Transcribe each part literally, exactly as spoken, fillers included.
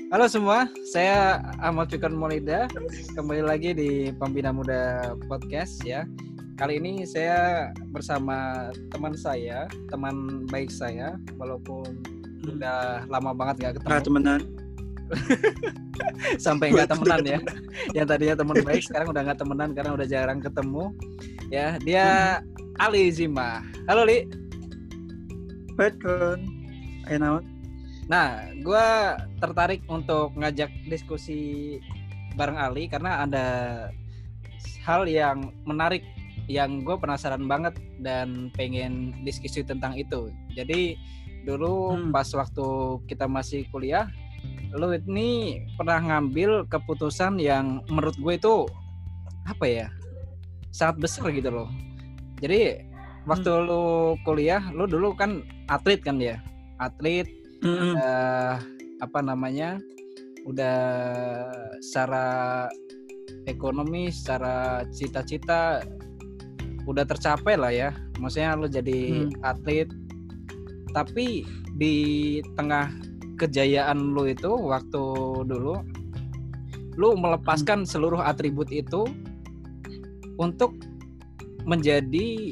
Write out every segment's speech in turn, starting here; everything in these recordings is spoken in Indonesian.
Halo semua, saya Ahmad Fikar Maulida. Kembali lagi di Pembina Muda Podcast ya. Kali ini saya bersama teman saya, teman baik saya, walaupun hmm. udah lama banget gak ketemu. Nah, temenan. Sampai nggak temenan ya. Yang tadinya teman baik sekarang udah nggak temenan karena udah jarang ketemu. Ya, dia hmm. Ali Zima. Halo Li. Betul. Ayo naon? Nah, gue tertarik untuk ngajak diskusi bareng Ali karena ada hal yang menarik yang gue penasaran banget dan pengen diskusi tentang itu. Jadi dulu hmm. pas waktu kita masih kuliah, lo ini pernah ngambil keputusan yang menurut gue itu apa ya, sangat besar gitu loh. Jadi waktu hmm. lo kuliah, lo dulu kan atlet kan ya, atlet. Mm-hmm. Uh, apa namanya udah secara ekonomi, secara cita-cita udah tercapai lah ya, maksudnya lo jadi mm. atlet. Tapi di tengah kejayaan lo itu waktu dulu lo melepaskan mm. seluruh atribut itu untuk menjadi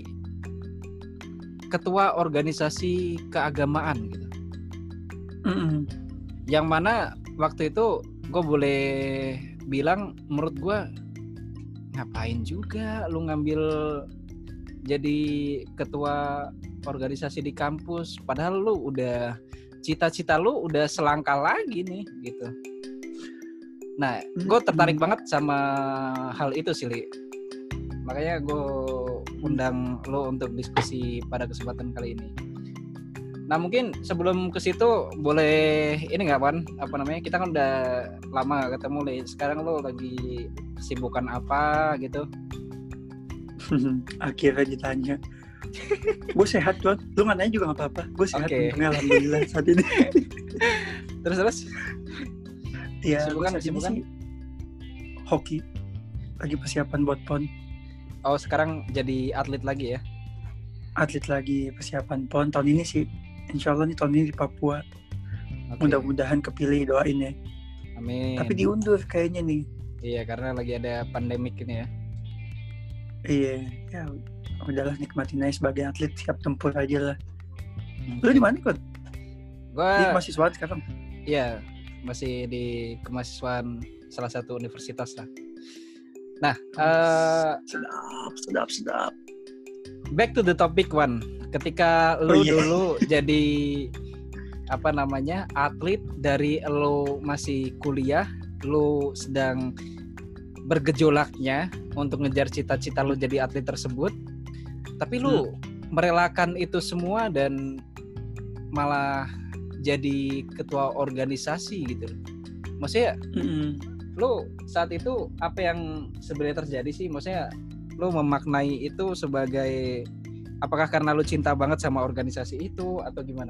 ketua organisasi keagamaan gitu. Mm-hmm. Yang mana waktu itu gue boleh bilang menurut gue ngapain juga lu ngambil jadi ketua organisasi di kampus, padahal lu udah cita-cita lu udah selangkah lagi nih gitu. Nah, gue tertarik mm-hmm. banget sama hal itu sih, Li. Makanya gue undang lu untuk diskusi pada kesempatan kali ini. Nah mungkin sebelum ke situ boleh ini nggak Pan? Apa namanya? Kita kan udah lama gak ketemu nih. Sekarang lo lagi kesibukan apa gitu? Akhirnya ditanya. Gue sehat tuan. Lu nggak nanya juga nggak apa-apa. Gue sehat. Okay. Alhamdulillah saat ini. terus terus? Iya. Kesibukan kesibukan. Hoki. Lagi persiapan buat pon. Oh sekarang jadi atlet lagi ya? Atlet lagi persiapan pon tahun ini sih. Insya Allah nih tahun ini di Papua. Okay. Mudah-mudahan kepilih, doain ya. Amin. Tapi diundur kayaknya nih. Iya karena lagi ada pandemik ini ya. Iya, ya udahlah nikmatin aja sebagai atlet, siap tempur aja lah. Okay. Lu di mana Kon? Gua di kemahasiswaan sekarang. Iya, masih di kemahasiswaan salah satu universitas lah. Nah, oh, uh, sedap, sedap, sedap. Back to the topic one. Ketika lu oh, yeah. dulu jadi apa namanya atlet, dari lu masih kuliah, lu sedang bergejolaknya untuk ngejar cita-cita lu jadi atlet tersebut, tapi lu hmm. merelakan itu semua dan malah jadi ketua organisasi gitu. Maksudnya, hmm. lu saat itu apa yang sebenarnya terjadi sih? Maksudnya lu memaknai itu sebagai, apakah karena lu cinta banget sama organisasi itu atau gimana?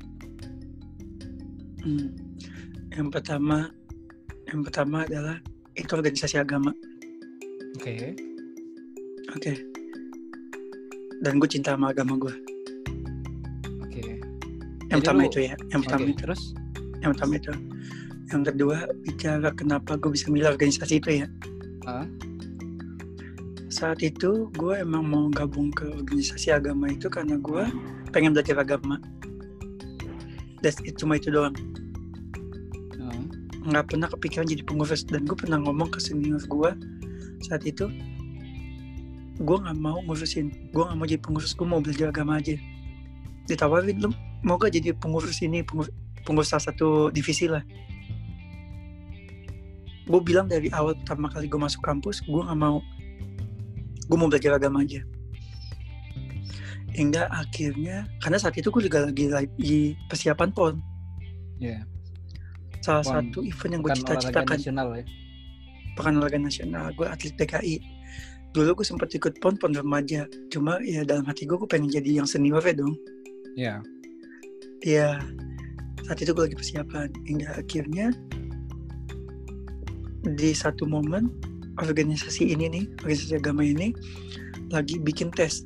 Hmm. Yang pertama, yang pertama adalah itu organisasi agama. Oke. Okay. Oke. Okay. Dan gue cinta sama agama gue. Oke. Okay. Yang Jadi pertama lu... itu ya. Yang pertama okay. itu. Terus? Yang pertama itu. Yang kedua, bicara kenapa gue bisa milih organisasi itu ya. Uh? Saat itu gue emang mau gabung ke organisasi agama itu karena gue pengen belajar agama. That's it, cuma itu doang. Uh. Nggak pernah kepikiran jadi pengurus. Dan gue pernah ngomong ke senior gue saat itu, gue nggak mau ngurusin, gue nggak mau jadi pengurus, gue mau belajar agama aja. Ditawarin, lu mau gak jadi pengurus ini, pengurus, pengurus salah satu divisi lah. Gue bilang dari awal pertama kali gue masuk kampus, gue nggak mau. Gue mau belajar agama aja. Hingga akhirnya, karena saat itu gue juga lagi lagi persiapan pon. Iya. Yeah. Salah pon, satu event yang gue cita-citakan. Nasional ya. Pekan olahraga nasional. Gue atlet D K I. Dulu gue sempat ikut pon pon remaja. Cuma ya dalam hati gue, gue pengen jadi yang senior ya dong. Iya. Yeah. Iya. Saat itu gue lagi persiapan. Hingga akhirnya di satu momen organisasi ini nih, organisasi agama ini lagi bikin tes.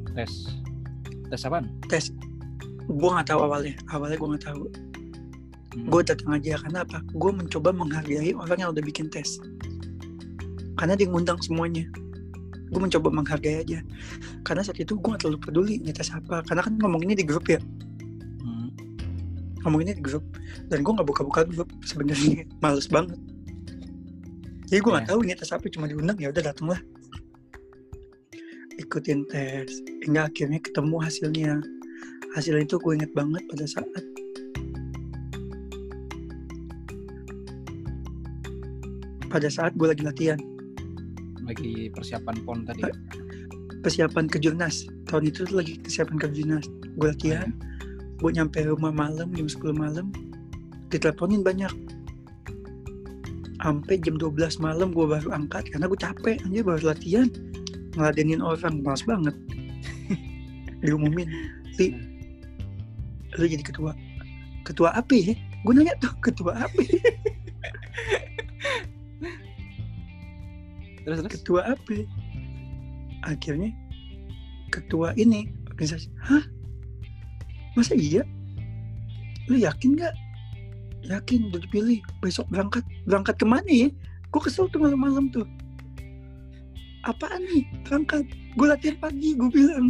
Tes. Tes apaan? Tes. Gue nggak tahu awalnya. Awalnya gue nggak tahu. hmm. gue datang aja. Karena apa? Gue mencoba menghargai orang yang udah bikin tes, karena dia ngundang semuanya. Gue mencoba menghargai aja, karena saat itu gue gak terlalu peduli ngetes apa, karena kan ngomonginnya di grup ya, hmm. ngomonginnya di grup, dan gue gak buka-buka grup sebenarnya, males banget. Jadi gue yeah. gak tahu ngetes apa, cuma diundang, ya udah datang lah, ikutin tes, hingga akhirnya ketemu hasilnya. Hasilnya itu gue inget banget pada saat pada saat gue lagi latihan, lagi persiapan P O N tadi. Persiapan ke Jurnas. Tahun itu tuh lagi persiapan ke Jurnas. Gue latihan, gue nyampe rumah malam, jam sepuluh malam, diteleponin banyak. Sampai jam dua belas malam gue baru angkat, karena gue capek, anjir baru latihan, ngeladenin orang, males banget. Diumumin, Li, lu jadi ketua. Ketua apa ya? Gue nanya tuh, ketua apa? Terus, terus? Ketua apa? Akhirnya ketua ini organisasi. Hah? Masa iya? Lu yakin gak? Yakin udah dipilih. Besok berangkat. Berangkat kemana ya? Gue kesel tuh malam-malam tuh. Apaan nih? Berangkat. Gue latihan pagi, gue bilang.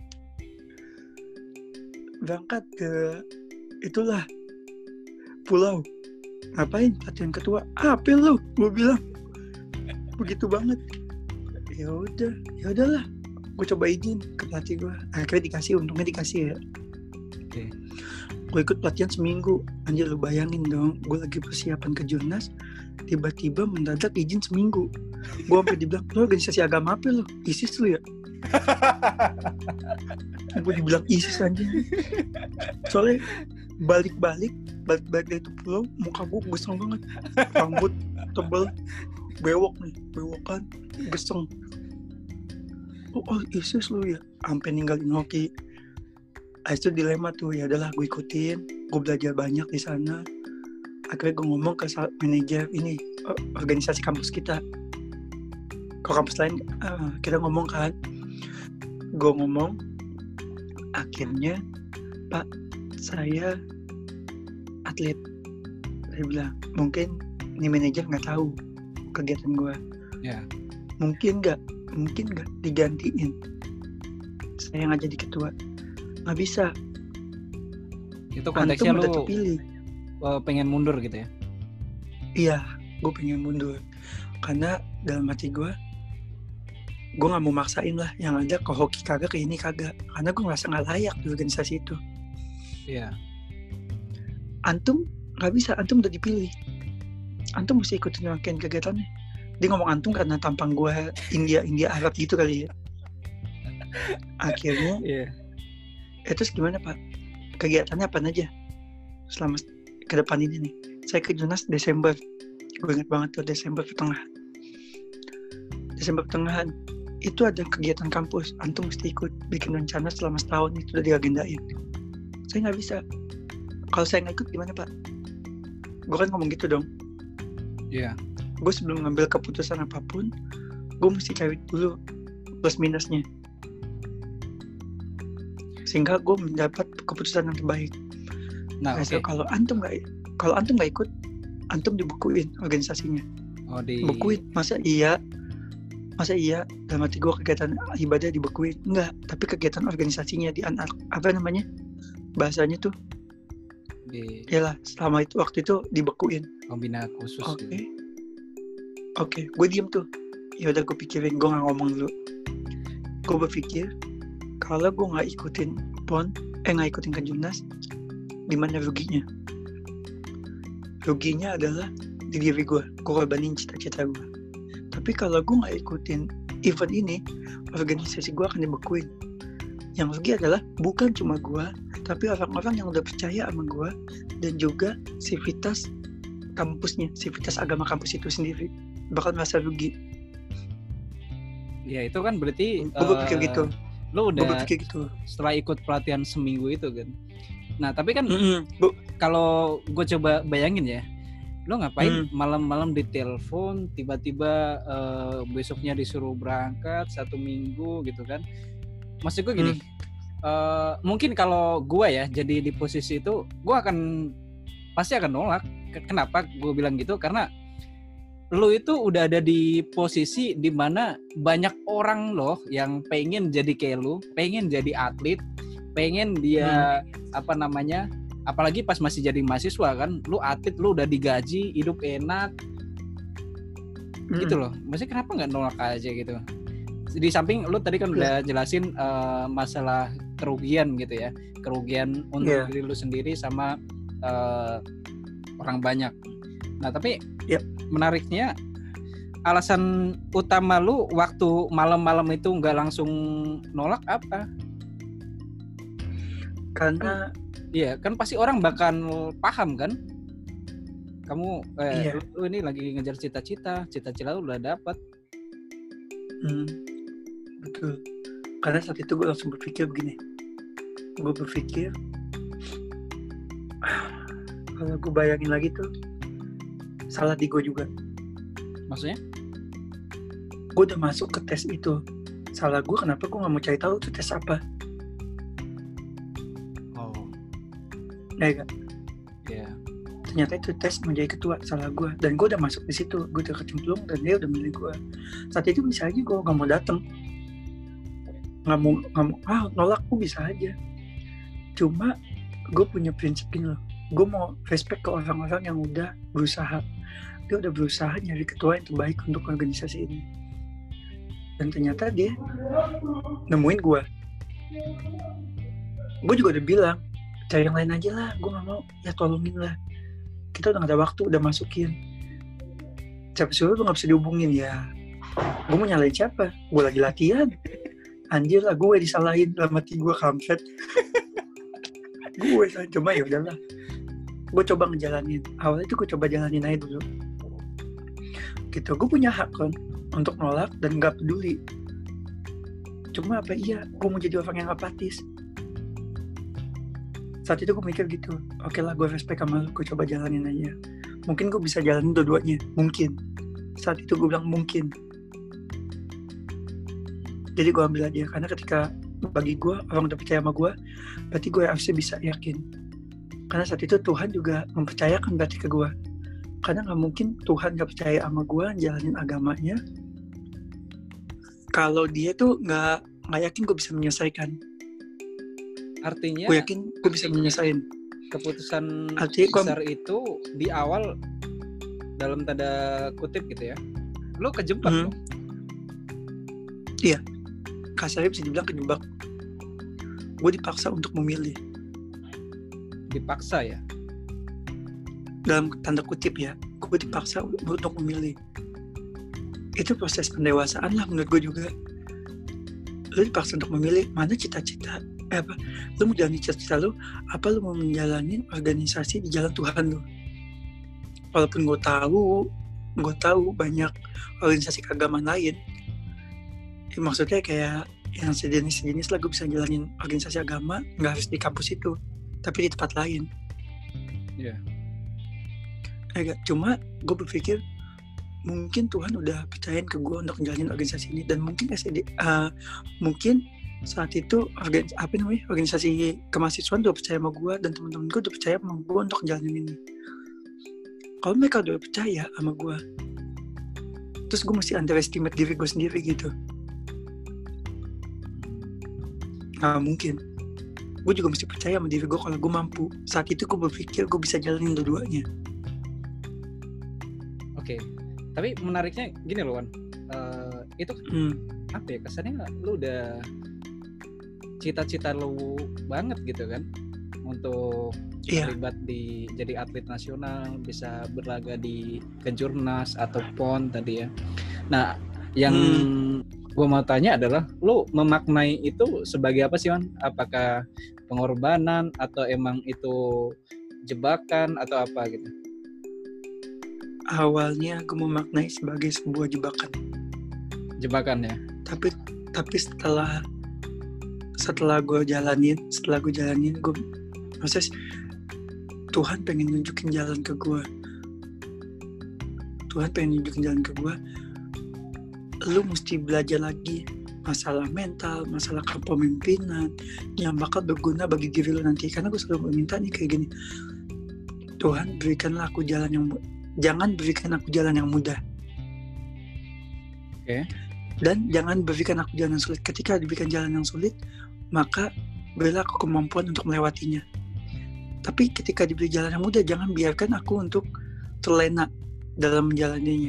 Berangkat ke itulah pulau. Ngapain? Latihan ketua. Apa lu? Gue bilang. Begitu banget. Ya udah, ya udahlah. Gue coba izin ke pelatih gue. Akhirnya dikasih, untungnya dikasih ya. Oke. Okay. Gue ikut pelatihan seminggu. Anjir lu bayangin dong, gue lagi persiapan ke Jurnas, tiba-tiba mendadak izin seminggu. Gue sampai dibilang, lo organisasi agama apa lo? ISIS lu ya? Gue dibilang ISIS aja. Soalnya balik-balik, balik-balik dari itu pulau, muka gue geseng banget. Rambut tebel, bewok nih, bewokan, geseng. Oh, oh ISIS lu ya? Sampai ninggalin hoki. Habis itu dilema tuh, ya adalah gue ikutin, gue belajar banyak di sana. Akhirnya gue ngomong ke manajer ini, organisasi kampus kita. Kalau kampus lain uh, kita ngomong kan, gue ngomong, akhirnya Pak, saya atlet. Saya bilang, mungkin ini manajer nggak tahu kegiatan gue. Ya. Mungkin nggak, mungkin nggak digantiin. Saya yang jadi ketua. Nggak bisa. Itu konteksnya lu terpilih. pengen mundur gitu ya? Iya, gue pengen mundur. Karena dalam hati gue, gue nggak mau maksain lah. Yang ada ke hoki kagak, ke ini kagak. Karena gue ngerasa nggak layak di organisasi itu. Iya. Antum nggak bisa, antum udah dipilih. Antum mesti ikutin rangkaian kegiatannya. Dia ngomong antum karena tampang gue India India Arab gitu kali ya. Akhirnya. Iya. Eh, terus gimana Pak? Kegiatannya apa aja selama ke depan ini nih? Saya ke Jurnas Desember. Gue ingat banget tuh Desember pertengahan. Desember pertengahan itu ada kegiatan kampus. Antum mesti ikut, bikin rencana selama setahun, itu udah diagendain. Saya nggak bisa. Kalau saya nggak ikut gimana Pak? Gue kan ngomong gitu dong. Iya. Yeah. Gue sebelum ngambil keputusan apapun, gue mesti cari dulu plus minusnya. Sehingga gue mendapat keputusan yang terbaik. Nah, nah okay. kalau antum nggak, kalau antum nggak ikut, antum dibekuin organisasinya. Oh, di... Bekuin, masa iya, masa iya dalam hati gue kegiatan ibadah dibekuin? Enggak, tapi kegiatan organisasinya di anak apa namanya bahasanya tuh? Di... Yalah, selama itu waktu itu dibekuin. Pembina khusus. Oke, okay. Oke, okay. Gue diem tuh. Ya udah gue pikirin, gue nggak ngomong dulu. Gue berpikir, kalau gue nggak ikutin P O N, eh nggak ikutin ke Jurnas, di mana ruginya? Ruginya adalah di diri gue, gue korbanin cita-cita gue. Tapi kalau gue nggak ikutin event ini, organisasi gue akan dibekuin. Yang rugi adalah bukan cuma gue, tapi orang-orang yang udah percaya sama gue, dan juga sivitas kampusnya, sivitas agama kampus itu sendiri bakal merasa rugi. Ya itu kan berarti gue berpikir uh... gitu. Lo udah gitu. Setelah ikut pelatihan seminggu itu kan. Nah tapi kan mm-hmm. kalau gue coba bayangin ya, lo ngapain mm. malam-malam ditelepon, tiba-tiba uh, besoknya disuruh berangkat satu minggu gitu kan. Maksud gue gini, mm. uh, mungkin kalau gue ya jadi di posisi itu, gue akan pasti akan nolak. Kenapa gue bilang gitu? Karena lu itu udah ada di posisi di mana banyak orang loh yang pengen jadi kayak lu, pengen jadi atlet, pengen dia hmm. apa namanya, apalagi pas masih jadi mahasiswa kan, lu atlet, lu udah digaji, hidup enak, hmm. gitu loh. Maksudnya kenapa nggak nolak aja gitu? Di samping lu tadi kan udah jelasin uh, masalah kerugian gitu ya, kerugian untuk yeah. diri lu sendiri sama uh, orang banyak. Nah tapi yeah. menariknya alasan utama lu waktu malam-malam itu nggak langsung nolak apa? Karena iya kan pasti orang bakal paham kan, kamu eh, iya. lu, lu ini lagi ngejar cita-cita, cita-cita lu udah dapat. Hmm, betul. Karena saat itu gue langsung berpikir begini, gue berpikir kalau gue bayangin lagi tuh salah di gue juga. Maksudnya? Gue udah masuk ke tes itu, salah gue kenapa gue nggak mau cari tahu itu tes apa? Oh, ya kan? Iya. Yeah. Ternyata itu tes menjadi ketua, salah gue. Dan gue udah masuk di situ, gue udah kecemplung dan dia udah milih gue. Saat itu bisa aja gue nggak mau datang, nggak mau nggak mau ah nolak, gue bisa aja. Cuma gue punya prinsip ini loh, gue mau respect ke orang-orang yang udah berusaha. Dia udah berusaha nyari ketua yang terbaik untuk organisasi ini. Dan ternyata dia nemuin gue. Gue juga udah bilang, cari yang lain aja lah, gue gak mau, ya tolongin lah. Kita udah gak ada waktu, udah masukin. Siapa suruh lu gak bisa dihubungin ya. Gue mau nyalain siapa? Gue lagi latihan. Anjir lah, gue disalahin dalam hati gue kampret. Gue cuma ya udahlah. Gue coba ngejalanin. Awalnya itu gue coba jalanin aja dulu. Gitu, gue punya hak kan untuk nolak dan gak peduli. Cuma apa iya, gue mau jadi orang yang apatis. Saat itu gue mikir gitu, oke lah gue respect sama lu, gue coba jalanin aja. Mungkin gue bisa jalanin dua-duanya, mungkin. Saat itu gue bilang mungkin. Jadi gue ambil aja, karena ketika bagi gue, orang udah percaya sama gue, berarti gue harusnya bisa yakin. Karena saat itu Tuhan juga mempercayakan berarti ke gue. Karena gak mungkin Tuhan gak percaya sama gue jalanin agamanya kalau dia tuh gak, gak yakin gue bisa menyelesaikan. Artinya gue yakin gue bisa menyelesaikan. Keputusan artinya besar gue, itu di awal dalam tanda kutip gitu ya, lo kejebak hmm. lo. Iya, kasarnya bisa dibilang kejebak. Gue dipaksa untuk memilih. Dipaksa ya? Dalam tanda kutip ya, gue dipaksa untuk memilih. Itu proses pendewasaan lah menurut gue juga. Lu dipaksa untuk memilih mana cita-cita, eh apa, lu mau jalani cita-cita lu, apa lu mau menjalani organisasi di jalan Tuhan lu. Walaupun gue tahu, gue tahu banyak organisasi keagamaan lain. Ya, maksudnya kayak yang sejenis-sejenis lah gue bisa jalanin organisasi agama, nggak harus di kampus itu, tapi di tempat lain. Iya. Yeah. Agak, cuma gue berpikir mungkin Tuhan udah percayain ke gue untuk menjalani organisasi ini, dan mungkin S E D uh, mungkin saat itu organis, apa namanya organisasi kemahasiswaan udah percaya sama gue, dan teman-teman gue udah percaya sama gue untuk menjalani ini. Kalau mereka udah percaya sama gue, terus gue mesti underestimate diri gue sendiri gitu? Nggak mungkin. Gue juga mesti percaya sama diri gue kalau gue mampu. Saat itu gue berpikir gue bisa jalanin dua-duanya. Oke, okay. Tapi menariknya gini loh Wan, uh, itu hmm. apa ya, kesannya lu udah cita-cita lu banget gitu kan untuk yeah. terlibat di jadi atlet nasional, bisa berlaga di Kejurnas atau P O N tadi ya. Nah, yang hmm. gue mau tanya adalah lu memaknai itu sebagai apa sih Wan? Apakah pengorbanan atau emang itu jebakan atau apa gitu? Awalnya aku memaknai sebagai sebuah jebakan. Jebakan ya. Tapi tapi setelah setelah gue jalanin, setelah gue jalanin, gue proses Tuhan pengen nunjukin jalan ke gue. Tuhan pengen nunjukin jalan ke gue. Lu mesti belajar lagi masalah mental, masalah kepemimpinan yang bakal berguna bagi diri lu nanti. Karena gue selalu meminta nih kayak gini. Tuhan berikanlah aku jalan yang mu- jangan berikan aku jalan yang mudah. Oke. Dan jangan berikan aku jalan yang sulit. Ketika diberikan jalan yang sulit, maka berilah aku kemampuan untuk melewatinya. Tapi ketika diberi jalan yang mudah, jangan biarkan aku untuk terlena dalam menjalaninya.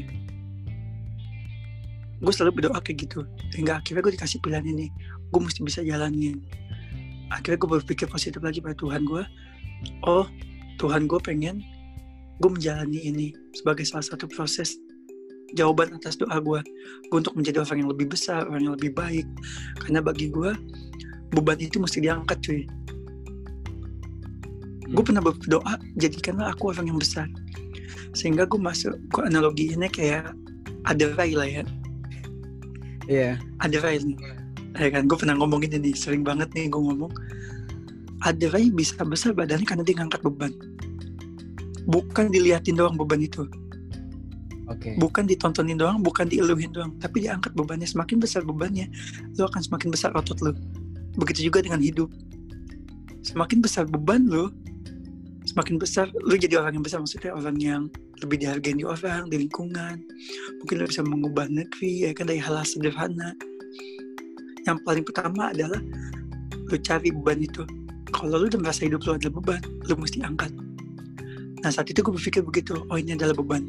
Gue selalu berdoa kayak gitu. Hingga akhirnya gue dikasih pilihan ini. Gue mesti bisa jalanin. Akhirnya gue berpikir positif lagi pada Tuhan gue. Oh, Tuhan gue pengen gue menjalani ini sebagai salah satu proses jawaban atas doa gue. Gue untuk menjadi orang yang lebih besar, orang yang lebih baik. Karena bagi gue, beban itu mesti diangkat, cuy. Gue pernah berdoa, jadikanlah aku orang yang besar. Sehingga gue masuk, gue analoginya kayak ada rai lah ya. Iya. Yeah. Ada rai nih. Ya kan, gue pernah ngomongin ini, sering banget nih gue ngomong. Ada rai bisa besar badannya karena dia ngangkat beban. Bukan diliatin doang beban itu. Oke. Okay. Bukan ditontonin doang, bukan dieluhin doang, tapi dia angkat bebannya. Semakin besar bebannya, lo akan semakin besar otot lo. Begitu juga dengan hidup. Semakin besar beban lo, semakin besar lo jadi orang yang besar. Maksudnya orang yang lebih dihargai di orang, di lingkungan. Mungkin lo bisa mengubah negeri, ya kan, dari hal-hal sederhana. Yang paling pertama adalah lo cari beban itu. Kalau lo udah merasa hidup lo adalah beban, lo mesti angkat. Nah saat itu gue berpikir begitu, oh ini adalah beban.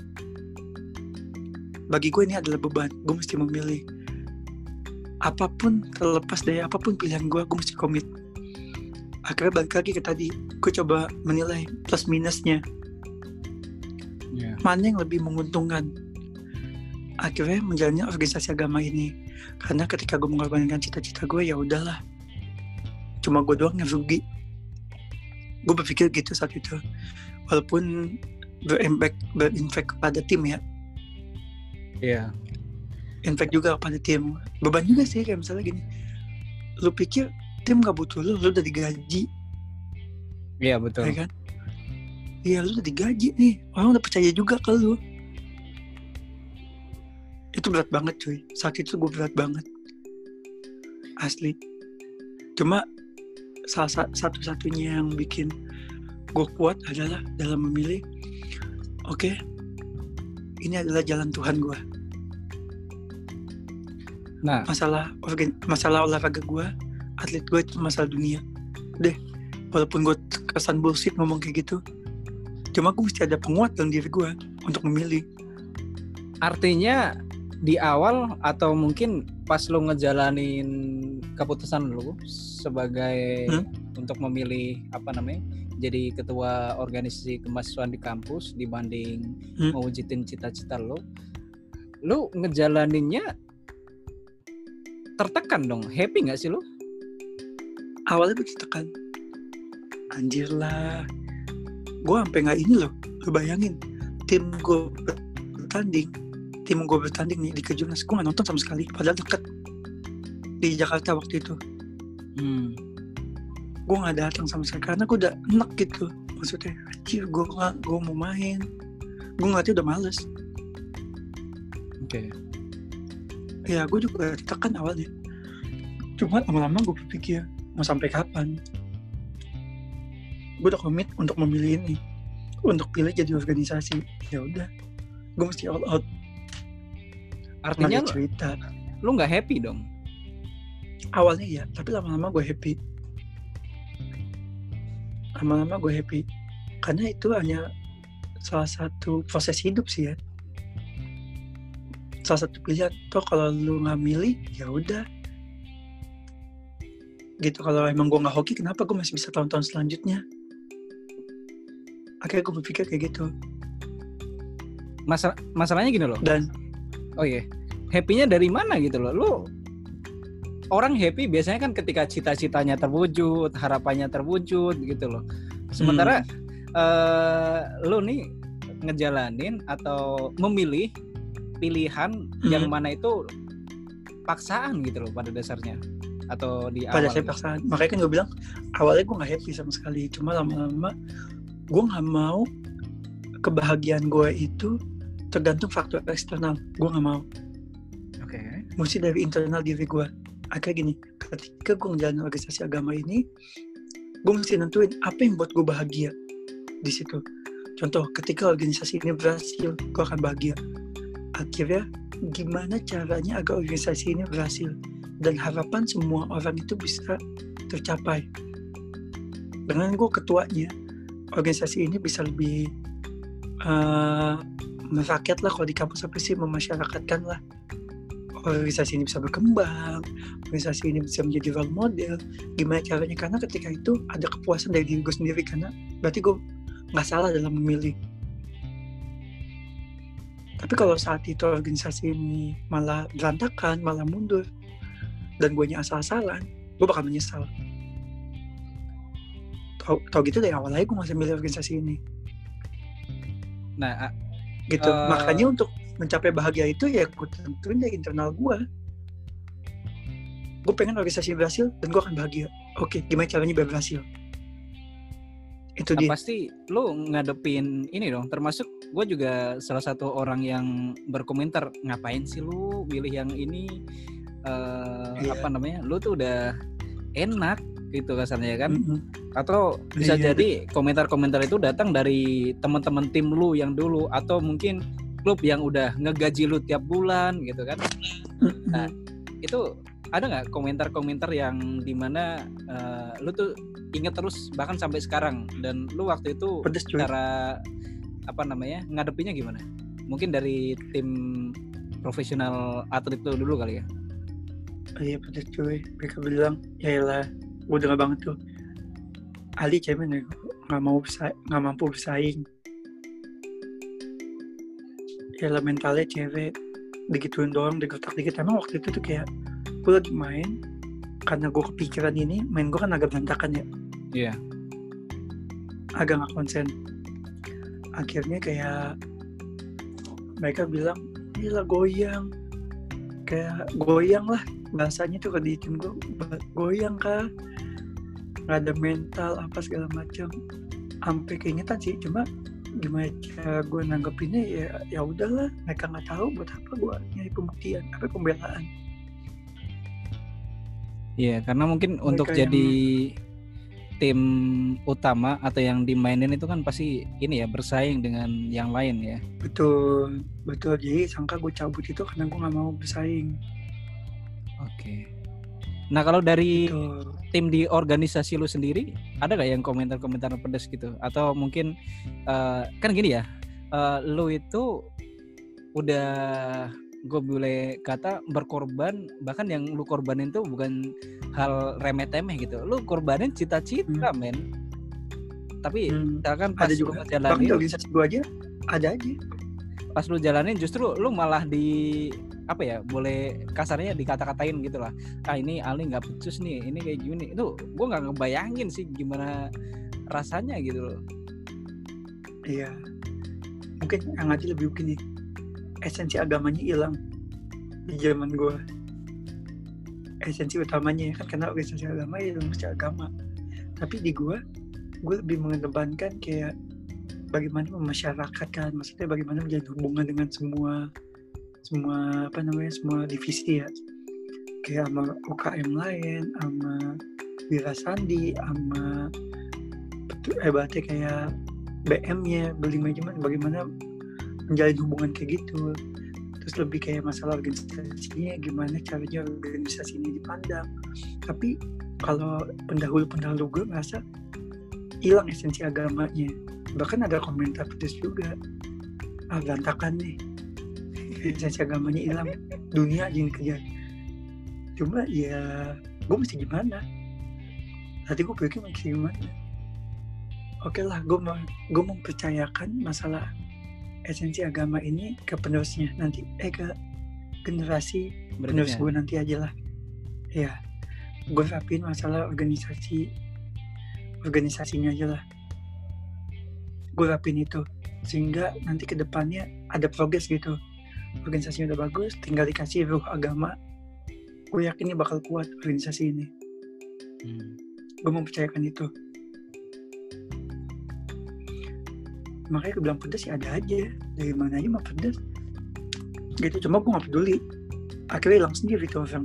Bagi gue ini adalah beban, gue mesti memilih. Apapun, terlepas dari apapun pilihan gue, gue mesti komit. Akhirnya balik lagi ke tadi, gue coba menilai plus minusnya. Yeah. Mana yang lebih menguntungkan? Akhirnya menjalannya organisasi agama ini. Karena ketika gue mengorbankan cita-cita gue, ya udahlah. Cuma gue doang yang rugi. Gue berpikir gitu saat itu. Walaupun berimpact, berimpact kepada tim ya. Iya. Yeah. Impact juga pada tim. Beban juga sih, kayak misalnya gini. Lu pikir tim gak butuh lu, lu udah digaji. Iya, yeah, betul. Ya kan? Iya, lu udah digaji nih. Orang udah percaya juga ke lu. Itu berat banget cuy. Saat itu gue berat banget. Asli. Cuma salah satu-satunya yang bikin gue kuat adalah dalam memilih, oke, okay, ini adalah jalan Tuhan gue. Nah, masalah organ, masalah olahraga gue, atlet gue itu masalah dunia. Deh, walaupun gue kesan bullshit ngomong kayak gitu, cuma gue mesti ada penguat dalam diri gue untuk memilih. Artinya di awal atau mungkin pas lo ngejalanin keputusan lo sebagai hmm? untuk memilih apa namanya jadi ketua organisasi kemahasiswaan di kampus dibanding hmm? mewujudin cita-cita lo, lo ngejalaninnya tertekan dong, happy nggak sih lo? Awalnya gue tertekan, anjir lah, gue sampai nggak ini loh, lo bayangin tim gue bertanding, tim gue bertanding nih di Kejurnas, gue nggak nonton sama sekali, padahal deket di Jakarta waktu itu. Hmm. Gue nggak datang sama sekali karena gue udah enak gitu, maksudnya, anjir gue nggak, gue mau main, gue ngeliatnya udah males. Oke. Okay. Ya gue juga ditekan awalnya, cuma lama-lama gue berpikir mau sampai kapan. Gue udah komit untuk memilih ini, untuk pilih jadi organisasi. Ya udah, gue mesti all out. Artinya cerita, lu nggak happy dong? Awalnya ya, tapi lama-lama gue happy. Lama-lama gue happy, karena itu hanya salah satu proses hidup sih ya. Salah satu pilihan. Toh kalau lu nggak milih, ya udah. Gitu, kalau emang gue nggak hoki, kenapa gue masih bisa tahun-tahun selanjutnya? Akhirnya gue berpikir kayak gitu. Masalah, masalahnya gini loh. Dan oh iya, happy-nya dari mana gitu loh? Lu orang happy biasanya kan ketika cita-citanya terwujud, harapannya terwujud gitu loh. Sementara hmm. uh, lu nih ngejalanin atau memilih pilihan hmm. yang mana itu paksaan gitu loh pada dasarnya. Atau di awal. Pada saya paksaan. Makanya kan gue bilang awalnya gue nggak happy sama sekali. Cuma lama-lama gue nggak mau kebahagiaan gue itu tergantung faktor eksternal. Gue nggak mau. Oke. Okay. Mesti dari internal diri gue. Akhirnya gini, ketika gue ngejalanin organisasi agama ini, gue mesti nentuin apa yang buat gue bahagia. di situ. Contoh, ketika organisasi ini berhasil, gue akan bahagia. Akhirnya, gimana caranya agar organisasi ini berhasil? Dan harapan semua orang itu bisa tercapai. Dengan gue ketuanya, organisasi ini bisa lebih uh, merakyat lah, kalau di kampus apa sih, memasyarakatkan lah. Organisasi ini bisa berkembang, organisasi ini bisa menjadi role model. Gimana caranya? Karena ketika itu ada kepuasan dari diri gue sendiri, karena berarti gue nggak salah dalam memilih. Tapi kalau saat itu organisasi ini malah berantakan, malah mundur, dan gue asal-asalan, gue bakal menyesal. Tau, tau gitu dari awal aja gue masih milih organisasi ini. Nah, gitu. Uh... Makanya untuk mencapai bahagia itu ya gue tentuin dari internal gue. Gue pengen organisasi berhasil dan gue akan bahagia. Oke, gimana caranya biar berhasil? Itu nah, dia. Pasti lo ngadepin ini dong. Termasuk gue juga salah satu orang yang berkomentar, ngapain sih lo pilih yang ini? Uh, yeah. Apa namanya? Lo tuh udah enak gitu kasarnya kan? Mm-hmm. Atau bisa yeah. jadi komentar-komentar itu datang dari teman-teman tim lo yang dulu, atau mungkin klub yang udah ngegaji lu tiap bulan gitu kan. Nah, itu ada nggak komentar-komentar yang dimana uh, lu tuh inget terus bahkan sampai sekarang, dan lu waktu itu pedes, cara apa namanya ngadepinnya gimana? Mungkin dari tim profesional atlet lu dulu kali ya. Oh iya, pedes cuy. Mereka bilang, ya elah, gue denger banget tuh, Ali cemen ya, nggak mau bersa- nggak mampu bersaing. Ya mentalnya cewek, digituin doang, digertak dikit. Emang waktu itu tuh kayak gue lagi main, karena gue kepikiran ini, main gue kan agak berantakan ya. Iya. Yeah. Agak gak konsen. Akhirnya kayak mereka bilang, gila goyang. Kayak goyang lah, bahasanya tuh kalau di tim gue, goyang kah? Gak ada mental, apa segala macam. Sampai keingetan sih, cuma gimana cara gue nanggepinnya ya ya udahlah, mereka nggak tahu buat apa gue nyari pembuktian, apa pembelaan. Iya, karena mungkin mereka untuk yang... jadi tim utama atau yang dimainin itu kan pasti ini ya, bersaing dengan yang lain ya. Betul, betul. Jadi sangka gue cabut itu karena gue nggak mau bersaing. Oke. Nah kalau dari betul. Tim di organisasi lu sendiri ada gak yang komentar-komentar pedas gitu? Atau mungkin uh, kan gini ya, uh, lu itu udah, gue boleh kata berkorban, bahkan yang lu korbanin tuh bukan hal remeh-temeh gitu. Lu korbanin cita-cita hmm. men. Tapi hmm. misalkan pas ada juga jalanin, bahkan di organisasi gue aja ada aja. Pas lu jalanin justru lu malah di apa ya, boleh kasarnya dikata-katain gitu lah, ah ini Ali nggak becus nih, ini kayak gini. Itu gue nggak ngebayangin sih gimana rasanya gitu loh. Iya, mungkin yang aja lebih begini, esensi agamanya hilang di zaman gue. Esensi utamanya kan, karena organisasi agama ya mesti agama. Tapi di gue, gue lebih mengedepankan kayak bagaimana memasyarakatkan, maksudnya bagaimana menjalin hubungan dengan semua semua apa namanya semua divisi ya, kayak sama U K M lain, sama Wira Sandi, sama hebatnya kayak B M-nya, building management, bagaimana menjalin hubungan kayak gitu. Terus lebih kayak masalah organisasinya, gimana caranya organisasi ini dipandang. Tapi kalau pendahulu-pendahulu gue merasa hilang esensi agamanya. Bahkan ada komentar pedes juga, ah berantakan nih, esensi agamanya hilang, dunia aja yang dikejar. Cuma ya gue mesti gimana, nanti gue pikir mesti gimana. Oke lah, gue mau gue mempercayakan masalah esensi agama ini ke penerusnya nanti, eh ke generasi penerus gue nanti aja lah. Ya, gue rapin masalah organisasi organisasinya aja lah, gue rapin itu sehingga nanti ke depannya ada progres gitu. Organisasinya udah bagus, tinggal dikasih ruh agama, gue yakin ini bakal kuat organisasi ini. hmm. Gue mempercayakan itu. Makanya gue bilang pedas ya ada aja, dari mana aja mah pedas gitu. Cuma gue gak peduli, akhirnya hilang sendiri tuh orang.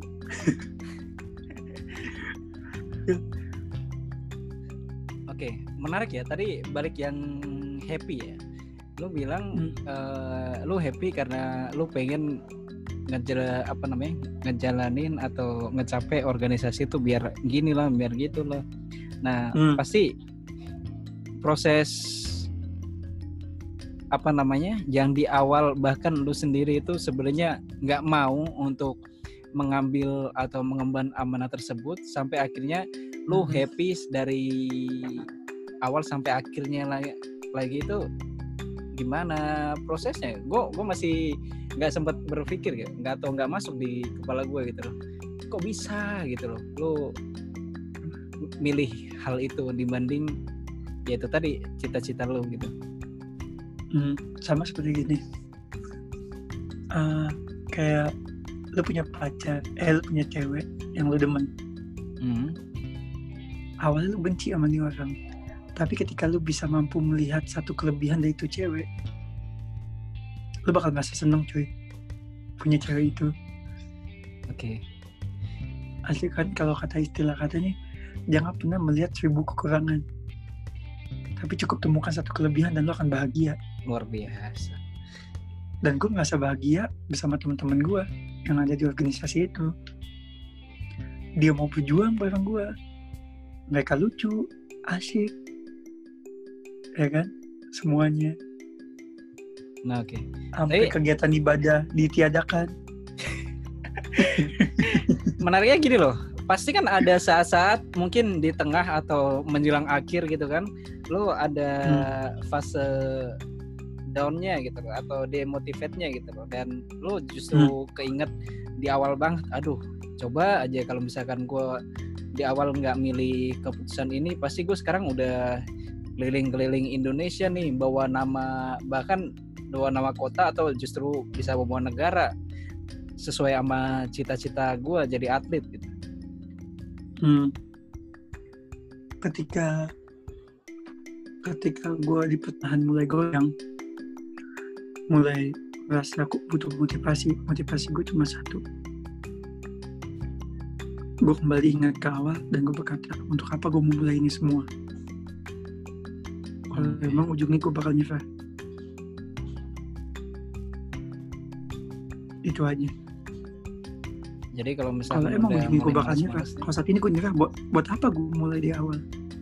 Oke, menarik ya. Tadi balik yang happy ya. Lu bilang Hmm. uh, lu happy karena lu pengen ngejala apa namanya ngejalanin atau ngecapai organisasi itu biar gini lah, biar gitu lah. Nah, Hmm. pasti proses apa namanya yang di awal bahkan lu sendiri itu sebenarnya nggak mau untuk mengambil atau mengemban amanah tersebut sampai akhirnya lu Hmm. happy dari awal sampai akhirnya lagi lagi itu gimana prosesnya? Gue gue masih nggak sempat berpikir ya, nggak atau nggak masuk di kepala gue gitu loh. Kok bisa gitu loh? Lu milih hal itu dibanding ya itu tadi cita-cita lu gitu. Hmm, sama seperti gini. Uh, kayak lu punya pacar, eh lu punya cewek yang lu demen. Hmm. Awalnya lu benci sama nih orang, tapi ketika lu bisa mampu melihat satu kelebihan dari itu cewek, lu bakal merasa seneng cuy punya cewek itu. Oke. Okay. Asli kan kalau kata istilah katanya, jangan pernah melihat seribu kekurangan, tapi cukup temukan satu kelebihan dan lu akan bahagia. Luar biasa. Dan gue merasa bahagia bersama teman-teman gue yang ada di organisasi itu. Dia mau berjuang bareng gue, mereka lucu, asyik, ya kan, semuanya. Nah, oke. Okay. Sampai Tapi, kegiatan ibadah ditiadakan. Menariknya gini loh, pasti kan ada saat-saat mungkin di tengah atau menjelang akhir gitu kan, lo ada hmm. fase down-nya gitu loh, atau demotivate-nya gitu loh, dan lo justru hmm. keinget di awal banget, aduh coba aja kalau misalkan gue di awal nggak milih keputusan ini, pasti gue sekarang udah keliling-keliling Indonesia nih, bawa nama, bahkan bawa nama kota atau justru bisa bawa negara sesuai sama cita-cita gue jadi atlet gitu. Hmm. Ketika ketika gue di pertahanan mulai goyang, mulai merasa aku butuh motivasi, motivasi gue cuma satu. Gue kembali ingat ke awal dan gue berkata, untuk apa gue memulai ini semua? Kalau hmm. memang ujungnya gue bakal nyerah. Itu aja. Jadi kalau misalnya kalau emang ujungnya gue bakal nyerah, kalau saat ini gue nyerah, buat buat apa gue mulai di awal?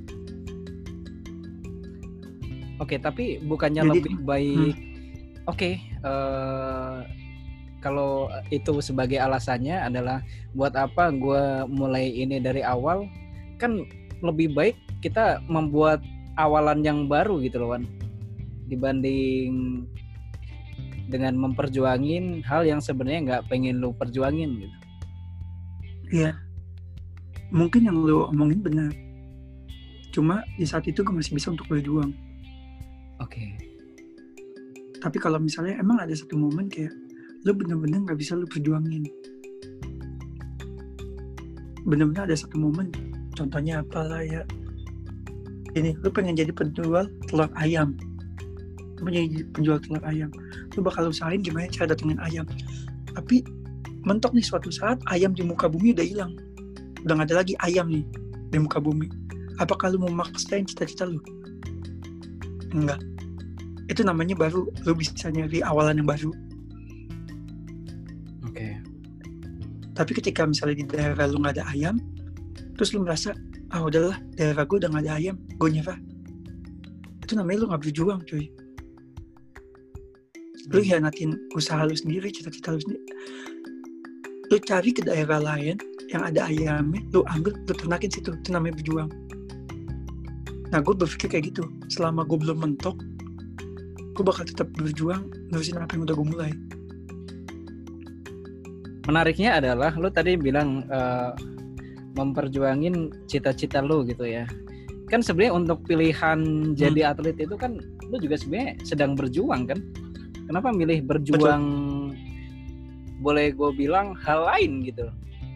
Oke, tapi bukannya Jadi, lebih baik? Hmm. Oke, uh, kalau itu sebagai alasannya adalah buat apa gue mulai ini dari awal? Kan lebih baik kita membuat awalan yang baru gitu loh, Wan, dibanding dengan memperjuangin hal yang sebenarnya nggak pengen lu perjuangin gitu. Iya, mungkin yang lu omongin benar. Cuma di saat itu gue masih bisa untuk berjuang. Oke. Okay. Tapi kalau misalnya emang ada satu momen kayak lu bener-bener nggak bisa lu perjuangin, bener-bener ada satu momen, contohnya apalah ya, ini lu pengen jadi penjual telur ayam, lu pengen jadi penjual telur ayam, lu bakal usahain gimana cara datengin ayam, tapi mentok nih suatu saat ayam di muka bumi udah hilang, udah nggak ada lagi ayam nih di muka bumi. Apakah lu mau maksain cita-cita lu? Enggak. Itu namanya baru lu bisa nyari awalan yang baru. Oke. Okay. Tapi ketika misalnya di daerah lu nggak ada ayam, terus lu merasa ah udahlah daerah gue udah nggak ada ayam, gue nyerah. Itu namanya lu nggak berjuang, cuy. Lu hianatin usaha lu sendiri, cita-cita lu sendiri. Lu cari ke daerah lain yang ada ayamnya, lu ambil, lu ternakin situ. Itu namanya berjuang. Nah, gue berpikir kayak gitu. Selama gue belum mentok, gue bakal tetap berjuang nerusin apa yang udah gue mulai. Menariknya adalah lu tadi bilang uh, memperjuangin cita-cita lu gitu ya. Kan sebenarnya untuk pilihan jadi hmm. atlet itu kan lu juga sebenarnya sedang berjuang kan. Kenapa milih berjuang? Betul. Boleh gue bilang hal lain gitu.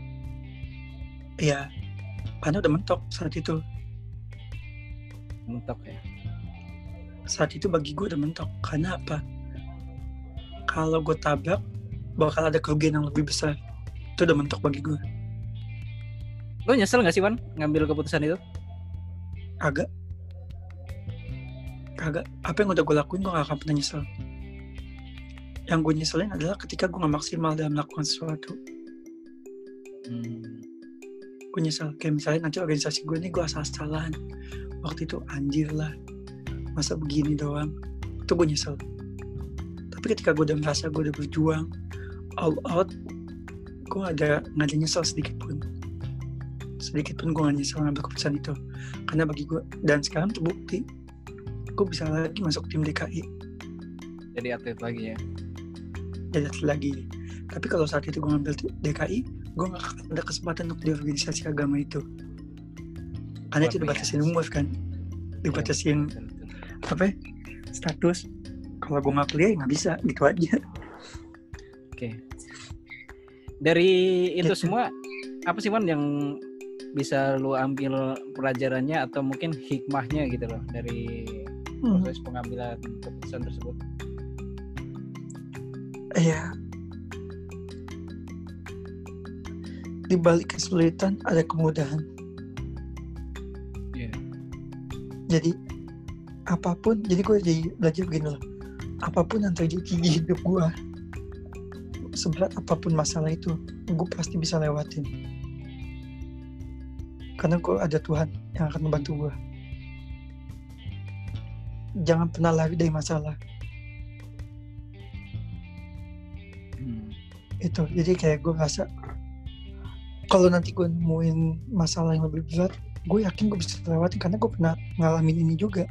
Iya, karena udah mentok saat itu. Mentok ya. Saat itu bagi gue udah mentok. Karena apa? Kalau gue tabrak, bakal ada kerugian yang lebih besar. Itu udah mentok bagi gue. Lo nyesel gak sih, Wan, ngambil keputusan itu? Agak. kagak, apa yang udah gue lakuin gue gak akan pernah nyesel. Yang gue nyeselin adalah ketika gue gak maksimal dalam melakukan sesuatu. Hmm. Gue nyesel, kayak misalnya nanti organisasi gue nih gue asal-asalan, waktu itu anjir lah, masa begini doang, itu gue nyesel. Tapi ketika gue udah merasa gue udah berjuang all out, gue ada nggak ada nyesel sedikit pun, sedikit pun gue nggak nyesel ngambil keputusan itu, karena bagi gue, dan sekarang terbukti gue bisa lagi masuk tim D K I, Jadi atlet lagi ya. jadi atlet lagi. Tapi kalau saat itu gue ngambil D K I, gue nggak akan ada kesempatan untuk di organisasi agama itu, karena itu dibatasin umur kan, dibatasin ya, apa status. Kalau gue nggak kuliah nggak bisa, gitu aja. Oke. Dari itu gitu. semua apa sih Wan yang bisa lu ambil pelajarannya atau mungkin hikmahnya gitu loh dari proses hmm. pengambilan keputusan tersebut? Iya. Di balik kesulitan ada kemudahan. Iya. Yeah. Jadi apapun, jadi gue jadi belajar begini loh. Apapun yang terjadi di hidup gue, seberat apapun masalah itu, gue pasti bisa lewatin. Karena gue ada Tuhan yang akan membantu gue. Jangan pernah lari dari masalah. Hmm. Itu, jadi kayak gue ngerasa kalau nanti gue nemuin masalah yang lebih berat, gue yakin gue bisa lewatin karena gue pernah ngalamin ini juga.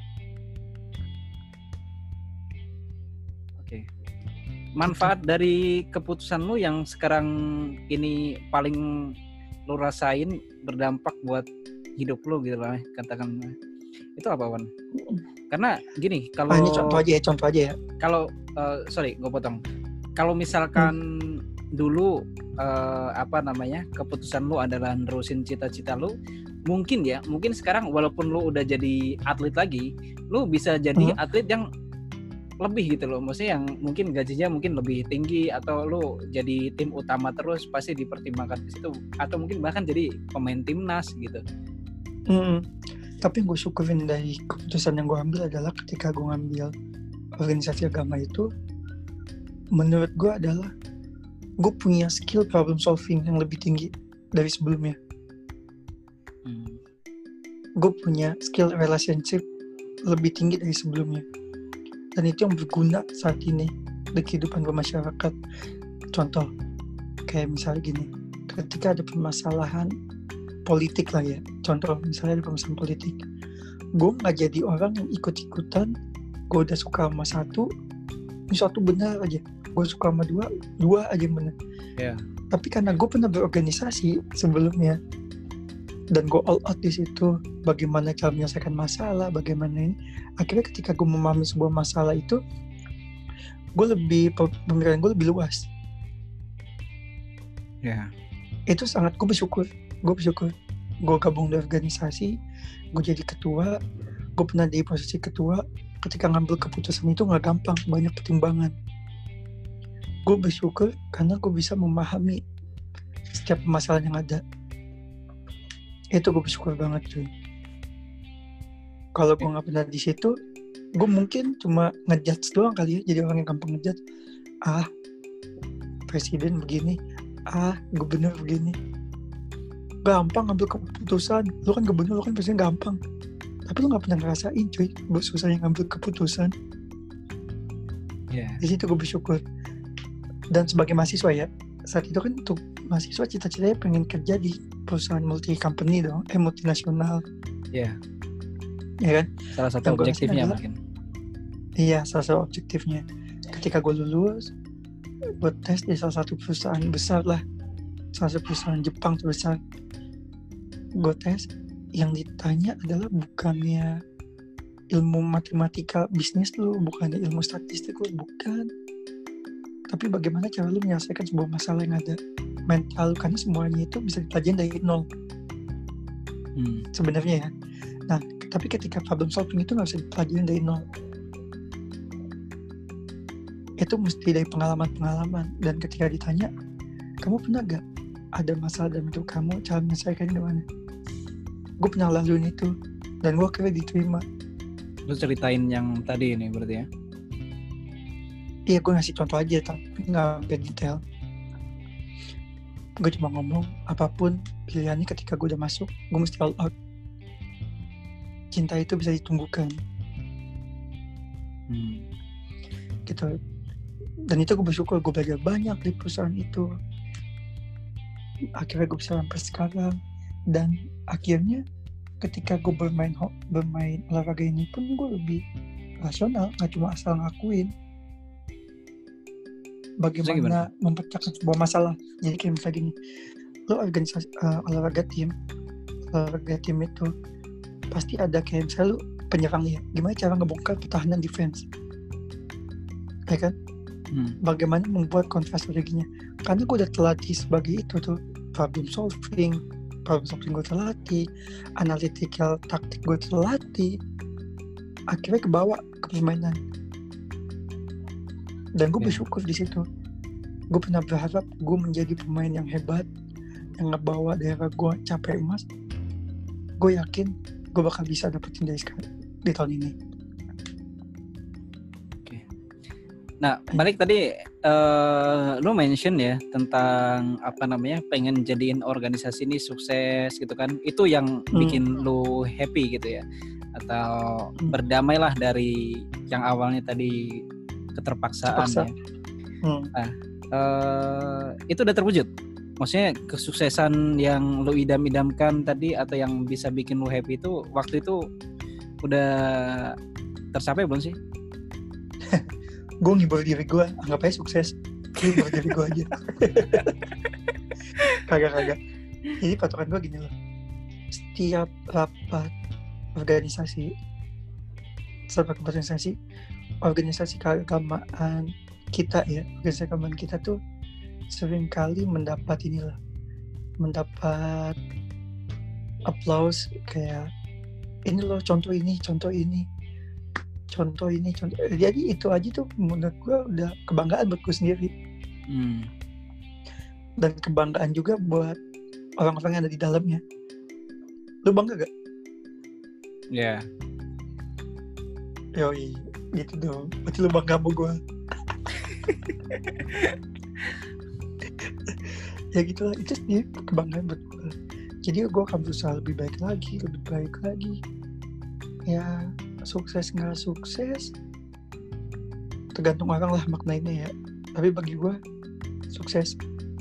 Oke. Manfaat gitu. Dari keputusan lu yang sekarang ini paling lu rasain berdampak buat hidup lu gitu lah, katakan itu apa Wan? Karena gini, kalau ah, ini contoh aja ya, contoh aja ya. Kalau uh, sorry, gue potong. Kalau misalkan hmm. dulu uh, apa namanya keputusan lu adalah nerusin cita-cita lu, mungkin ya, mungkin sekarang walaupun lu udah jadi atlet lagi, lu bisa jadi hmm. atlet yang lebih gitu loh, maksudnya yang mungkin gajinya mungkin lebih tinggi, atau lu jadi tim utama terus pasti dipertimbangkan ke situ, atau mungkin bahkan jadi pemain timnas gitu. Hmm. Tapi yang gue syukurin dari keputusan yang gue ambil adalah ketika gue ngambil organisasi agama itu, menurut gue adalah gue punya skill problem solving yang lebih tinggi dari sebelumnya. Hmm. Gue punya skill relationship lebih tinggi dari sebelumnya. Dan itu yang berguna saat ini di kehidupan bermasyarakat. Contoh, kayak misalnya gini, ketika ada permasalahan politik lah ya, contoh misalnya ada permasalahan politik, gue gak jadi orang yang ikut-ikutan, gue udah suka sama satu, ini satu benar aja, gue suka sama dua, dua aja yang benar. Yeah. Tapi karena gue pernah berorganisasi sebelumnya, dan gue all out di situ, bagaimana cara menyelesaikan masalah, bagaimana ini. Akhirnya ketika gue memahami sebuah masalah itu, gue lebih, pemikiran gue lebih luas. Ya. Yeah. Itu sangat, gue bersyukur, gue bersyukur. Gue gabung di organisasi, gue jadi ketua, gue pernah di posisi ketua. Ketika ngambil keputusan itu nggak gampang, banyak pertimbangan. Gue bersyukur karena gue bisa memahami setiap masalah yang ada. Itu gue bersyukur banget cuy. Kalau gue nggak pernah di situ, gue mungkin cuma ngejudge doang kali ya, jadi orang yang gampang ngejudge. Ah, presiden begini, ah, gubernur begini. Gampang ngambil keputusan. Lu kan gubernur, lu kan presiden, gampang. Tapi lu nggak pernah ngerasain cuy, susahnya ngambil keputusan. Yeah. Di situ gue bersyukur. Dan sebagai mahasiswa ya, saat itu kan untuk mahasiswa cita-citanya pengen kerja di perusahaan multi company dong, eh multinasional. Iya. Yeah. Ya kan? Salah satu Dan objektifnya adalah, mungkin. Iya, salah satu objektifnya. Ketika gue lulus, gue tes di salah satu perusahaan besar lah, salah satu perusahaan Jepang terbesar. Gue tes, yang ditanya adalah bukannya ilmu matematika bisnis lu, bukannya ilmu statistik lu, bukan. Tapi bagaimana cara lu menyelesaikan sebuah masalah yang ada, mental, karena semuanya itu bisa dipelajari dari nol. Hmm. Sebenarnya ya. Nah, tapi ketika problem solving itu nggak bisa dipelajari dari nol. Itu mesti dari pengalaman-pengalaman. Dan ketika ditanya, kamu pernah gak ada masalah dalam hidup kamu, cara menyelesaikannya gimana? Gue pernah laluin itu, dan gue akhirnya diterima. Lu ceritain yang tadi ini berarti ya? Iya, gue ngasih contoh aja tapi nggak sampai detail. Gue cuma ngomong apapun pilihannya ketika gue udah masuk, gue mesti all out. Cinta itu bisa ditumbuhkan. Hmm. Gitu. Dan itu gue bersyukur, gue belajar banyak di perusahaan itu. Akhirnya gue bisa sampai sekarang. Dan akhirnya ketika gue bermain bermain olahraga ini pun gue lebih rasional, nggak cuma asal ngakuin bagaimana memecahkan sebuah masalah. Jadi kayak misalnya gini, lo organisasi uh, olahraga tim, olahraga tim itu pasti ada kayak misalnya lo penyerang ya, gimana cara ngebongkar pertahanan defense, ya kan? Hmm. Bagaimana membuat kontrastrateginya? Karena gue udah terlatih sebagai itu tuh, problem solving, problem solving gue terlatih, analytical taktik gue terlatih, akhirnya kebawa ke permainan. Dan gue bersyukur di situ. Gue pernah berharap gue menjadi pemain yang hebat, yang ngebawa daerah gue capai emas. Gue yakin gue bakal bisa dapetin dari sekarang di tahun ini. Oke. Nah, balik tadi uh, lu mention ya tentang apa namanya pengen jadiin organisasi ini sukses gitu kan? Itu yang bikin hmm. lu happy gitu ya? Atau hmm. berdamailah dari yang awalnya tadi keterpaksaan ya. Hmm. Nah, uh, itu udah terwujud. Maksudnya kesuksesan yang lu idam-idamkan tadi atau yang bisa bikin lu happy itu waktu itu udah tercapai belum sih? Gue ngibur diri gue, anggap aja sukses. Gue ngibur diri gue aja. Kagak-kagak. Jadi patokan gue gini loh. Setiap rapat organisasi, setiap rapat organisasi, organisasi keagamaan kita ya, organisasi keagamaan kita tuh sering kali mendapat inilah, mendapat applause kayak ini loh contoh ini, contoh ini, contoh ini, contoh. Jadi itu aja tuh menurut gue udah kebanggaan buat gue sendiri. Hmm. Dan kebanggaan juga buat orang-orang yang ada di dalamnya. Lu bangga gak? Ya. Yeah. Yoi. Gitu dong, berarti lu bangga sama gue. Ya gitu lah, itu sendiri kebanggaan buat gue. Jadi gue akan berusaha lebih baik lagi, lebih baik lagi. Ya sukses nggak sukses tergantung orang lah maknanya ya. Tapi bagi gue sukses,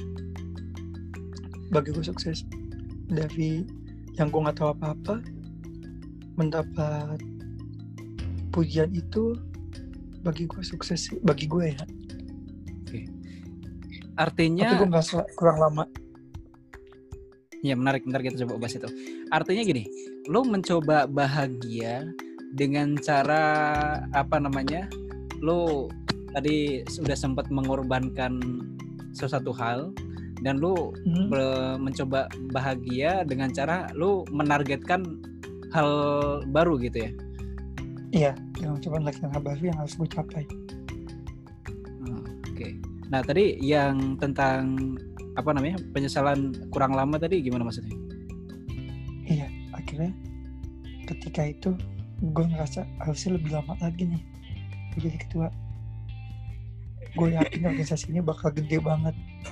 bagi gue sukses dari yang gue nggak tahu apa-apa mendapat pujian itu bagi gue sukses, bagi gue ya. Oke. Artinya. Tapi gue merasa kurang lama. Ya menarik, bentar kita coba bahas itu. Artinya gini, lo mencoba bahagia dengan cara apa namanya? Lo tadi sudah sempat mengorbankan sesuatu hal dan lo hmm. be- mencoba bahagia dengan cara lo menargetkan hal baru gitu ya. Iya, yang coba melakukan hal baru yang harus gue capai. Hmm, Oke. Okay. Nah tadi yang tentang apa namanya penyesalan kurang lama tadi gimana maksudnya? Iya, akhirnya ketika itu gue ngerasa harusnya lebih lama lagi nih gue jadi ketua. Gue yakin organisasi ini bakal gede banget.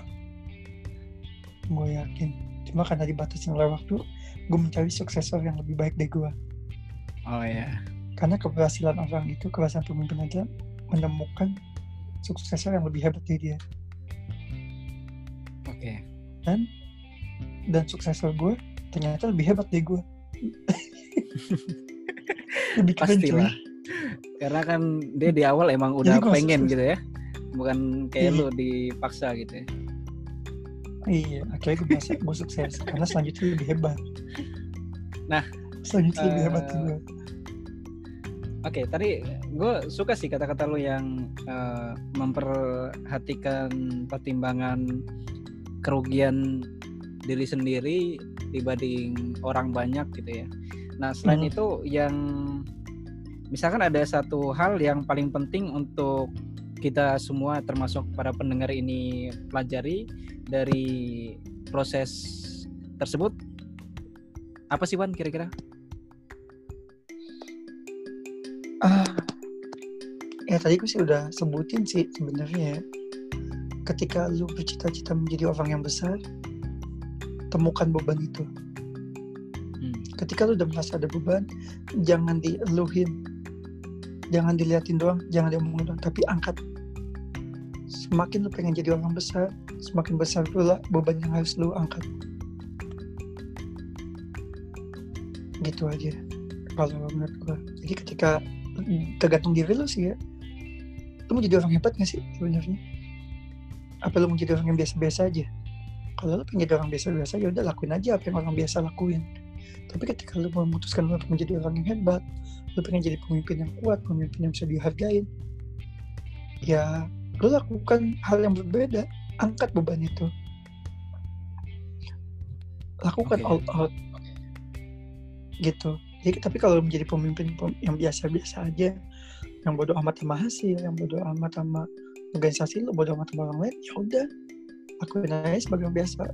Gue yakin. Cuma karena dibatasi oleh waktu, gue mencari suksesor yang lebih baik dari gue. Oh iya. Karena keberhasilan orang itu, keberhasilan pemimpin adalah menemukan suksesor yang lebih hebat dari dia. Oke. Okay. Dan dan suksesor gue ternyata lebih hebat dari gue. Lebih keren cuy. Karena kan dia di awal emang udah pengen sukses. Gitu ya, bukan kayak iya. Lu dipaksa gitu ya. Iya, akhirnya gue merasa gue sukses karena selanjutnya lebih hebat. Nah, selanjutnya uh, lebih hebat juga. Oke, okay, tadi gue suka sih kata-kata lu yang uh, memperhatikan pertimbangan kerugian diri sendiri dibanding orang banyak gitu ya. Nah selain hmm. itu yang misalkan ada satu hal yang paling penting untuk kita semua termasuk para pendengar ini pelajari dari proses tersebut, apa sih Wan kira-kira? Ah, ya tadi gue sih udah sebutin sih sebenarnya ya. Ketika lu bercita-cita menjadi orang yang besar, temukan beban itu. Hmm. Ketika lu udah merasa ada beban, jangan dieluhin, jangan diliatin doang, jangan diomongin doang, tapi angkat. Semakin lu pengen jadi orang besar, semakin besar pula beban yang harus lu angkat. Gitu aja kalau menurut gue. Jadi ketika tergantung diri lu sih ya, lu mau jadi orang hebat gak sih sebenarnya? Apa lu mau jadi orang yang biasa-biasa aja? Kalau lu pengen jadi orang biasa-biasa, ya udah lakuin aja apa yang orang biasa lakuin. Tapi ketika lu memutuskan untuk menjadi orang yang hebat, lu pengen jadi pemimpin yang kuat, pemimpin yang bisa dihargain, ya lu lakukan hal yang berbeda. Angkat beban itu, lakukan Okay. all out gitu. Jadi, tapi kalau menjadi pemimpin yang biasa-biasa aja, yang bodo amat sama hasil, yang bodo amat sama organisasi lu, bodo amat sama orang lain, ya udah lakuin aja sebagai yang biasa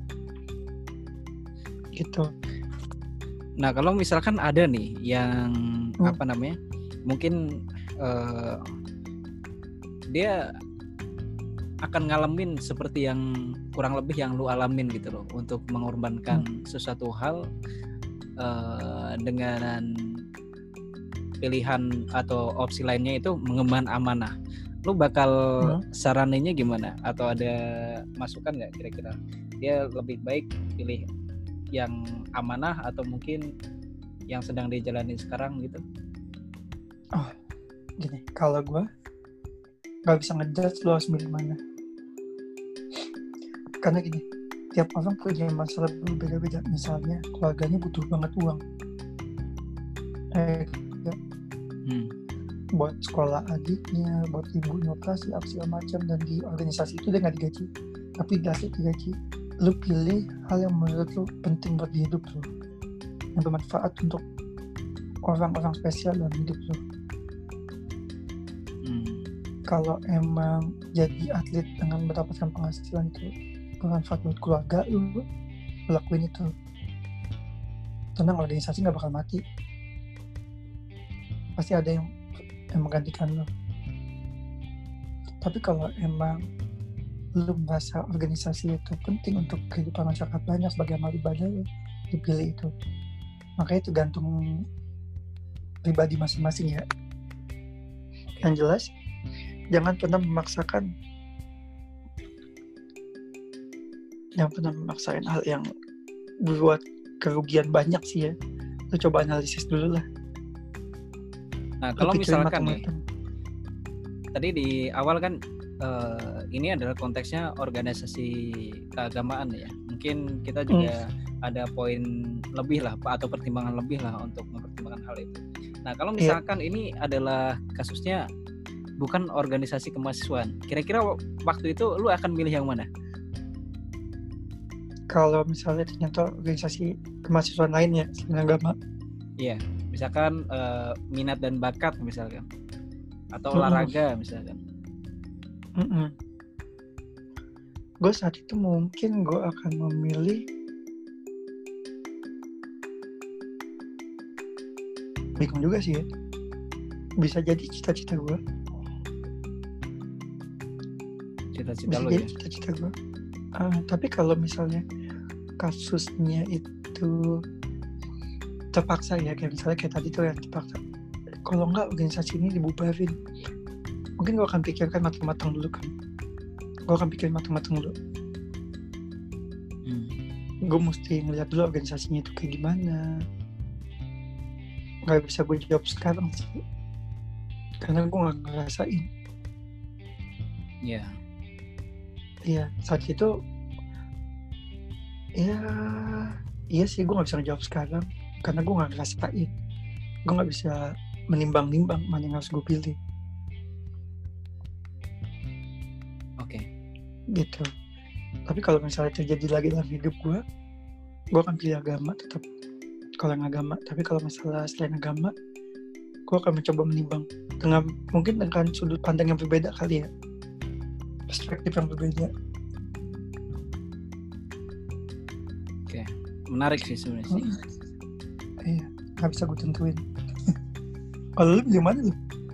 gitu. Nah, kalau misalkan ada nih yang Hmm. apa namanya, mungkin uh, dia akan ngalamin seperti yang kurang lebih yang lu alamin gitu loh, untuk mengorbankan hmm. sesuatu hal uh, dengan pilihan atau opsi lainnya itu mengemban amanah. Lu bakal hmm. saraninnya gimana? Atau ada masukan nggak kira-kira? Dia lebih baik pilih yang amanah atau mungkin yang sedang dijalani sekarang gitu? Oh, gini, kalau gue nggak bisa ngejudge lu harus milih mana. Karena gini, tiap orang punya masalah berbeda-beda. Misalnya keluarganya butuh banget uang, eh, ya. hmm. buat sekolah adiknya, buat ibunya operasi, apa segala macam, dan di organisasi itu dia nggak digaji, tapi dikasih digaji. Lu pilih hal yang menurut lu penting buat di hidup lu, yang bermanfaat untuk orang-orang spesial dalam hidup lu. Hmm. Kalau emang jadi atlet dengan mendapatkan penghasilan itu bermanfaat buat keluarga lu, lu lakuin itu. Tenang, organisasi nggak bakal mati, pasti ada yang, yang menggantikan lu. Tapi kalau emang lu merasa organisasi itu penting untuk kehidupan masyarakat banyak sebagai amal ibadah, lu dipilih itu. Makanya itu gantung pribadi masing-masing ya. Yang jelas, jangan pernah memaksakan jangan pernah memaksakan hal yang buat kerugian banyak sih ya. Lu coba analisis dulu lah. Nah, kalau misalkan nih, tadi di awal kan uh, ini adalah konteksnya organisasi keagamaan ya. Mungkin kita juga hmm. ada poin lebih lah atau pertimbangan lebih lah untuk mempertimbangkan hal itu. Nah, kalau misalkan yeah. ini adalah kasusnya bukan organisasi kemahasiswaan, kira-kira waktu itu lu akan milih yang mana? Kalau misalnya ternyata organisasi kemahasiswaan lain ya, selain agama. Iya, misalkan uh, minat dan bakat misalkan, atau olahraga mm-hmm. misalkan. Mm-hmm. Gue saat itu mungkin gue akan memilih bingung juga sih ya. Bisa jadi cita-cita gue. Cita-cita Bisa lo jadi ya? Cita-cita gue. Uh, tapi kalau misalnya kasusnya itu terpaksa ya, kayak misalnya kayak tadi tuh yang terpaksa, kalau enggak organisasi ini dibubarin, mungkin gue akan pikirkan matang-matang dulu kan. Gue akan pikirin matang-matang dulu. Hmm. Gue mesti ngeliat dulu organisasinya itu kayak gimana. Gak bisa gue jawab sekarang sih, karena gue gak ngerasain. Iya. Yeah. Iya, saat itu ya iya sih, gue gak bisa ngejawab sekarang karena gue gak ngerasain. Gue gak bisa menimbang-nimbang mana yang harus gue pilih. Oke. Okay. Gitu. Tapi kalau misalnya terjadi lagi dalam hidup gue, gue akan pilih agama tetap. Kalau yang agama. Tapi kalau masalah selain agama, gue akan mencoba menimbang dengan mungkin dengan sudut pandang yang berbeda kali ya, perspektif yang berbeda. Oke, menarik sih sebenarnya sih. Hmm. Iya, nggak bisa gue tentuin. Kalau lu gimana lu?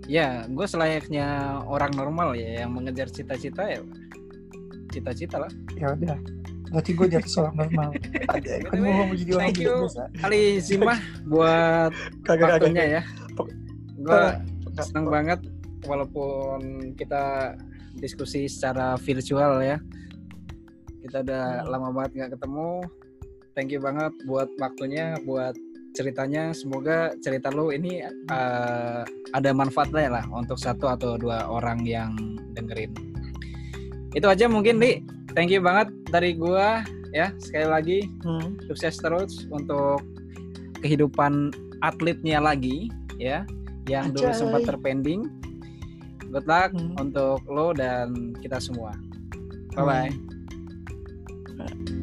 Ya, gue selayaknya orang normal ya yang mengejar cita-cita ya. Cita-cita lah. Ya udah. Berarti gue jadi seorang normal. Ada kan gue mau jadi orang Thank you biasa. Ali Zimah buat Kagak waktunya kagak. ya. Gue senang banget walaupun kita diskusi secara virtual ya. Kita udah Hmm. lama banget nggak ketemu. Thank you banget buat waktunya, buat ceritanya. Semoga cerita lu ini uh, ada manfaatnya lah untuk satu atau dua orang yang dengerin. Itu aja mungkin, Li. Thank you banget dari gua ya. Sekali lagi Hmm. sukses terus untuk kehidupan atletnya lagi ya, yang dulu Anjay. sempat terpending. Good luck Hmm. untuk lo dan kita semua. Bye bye. Hmm.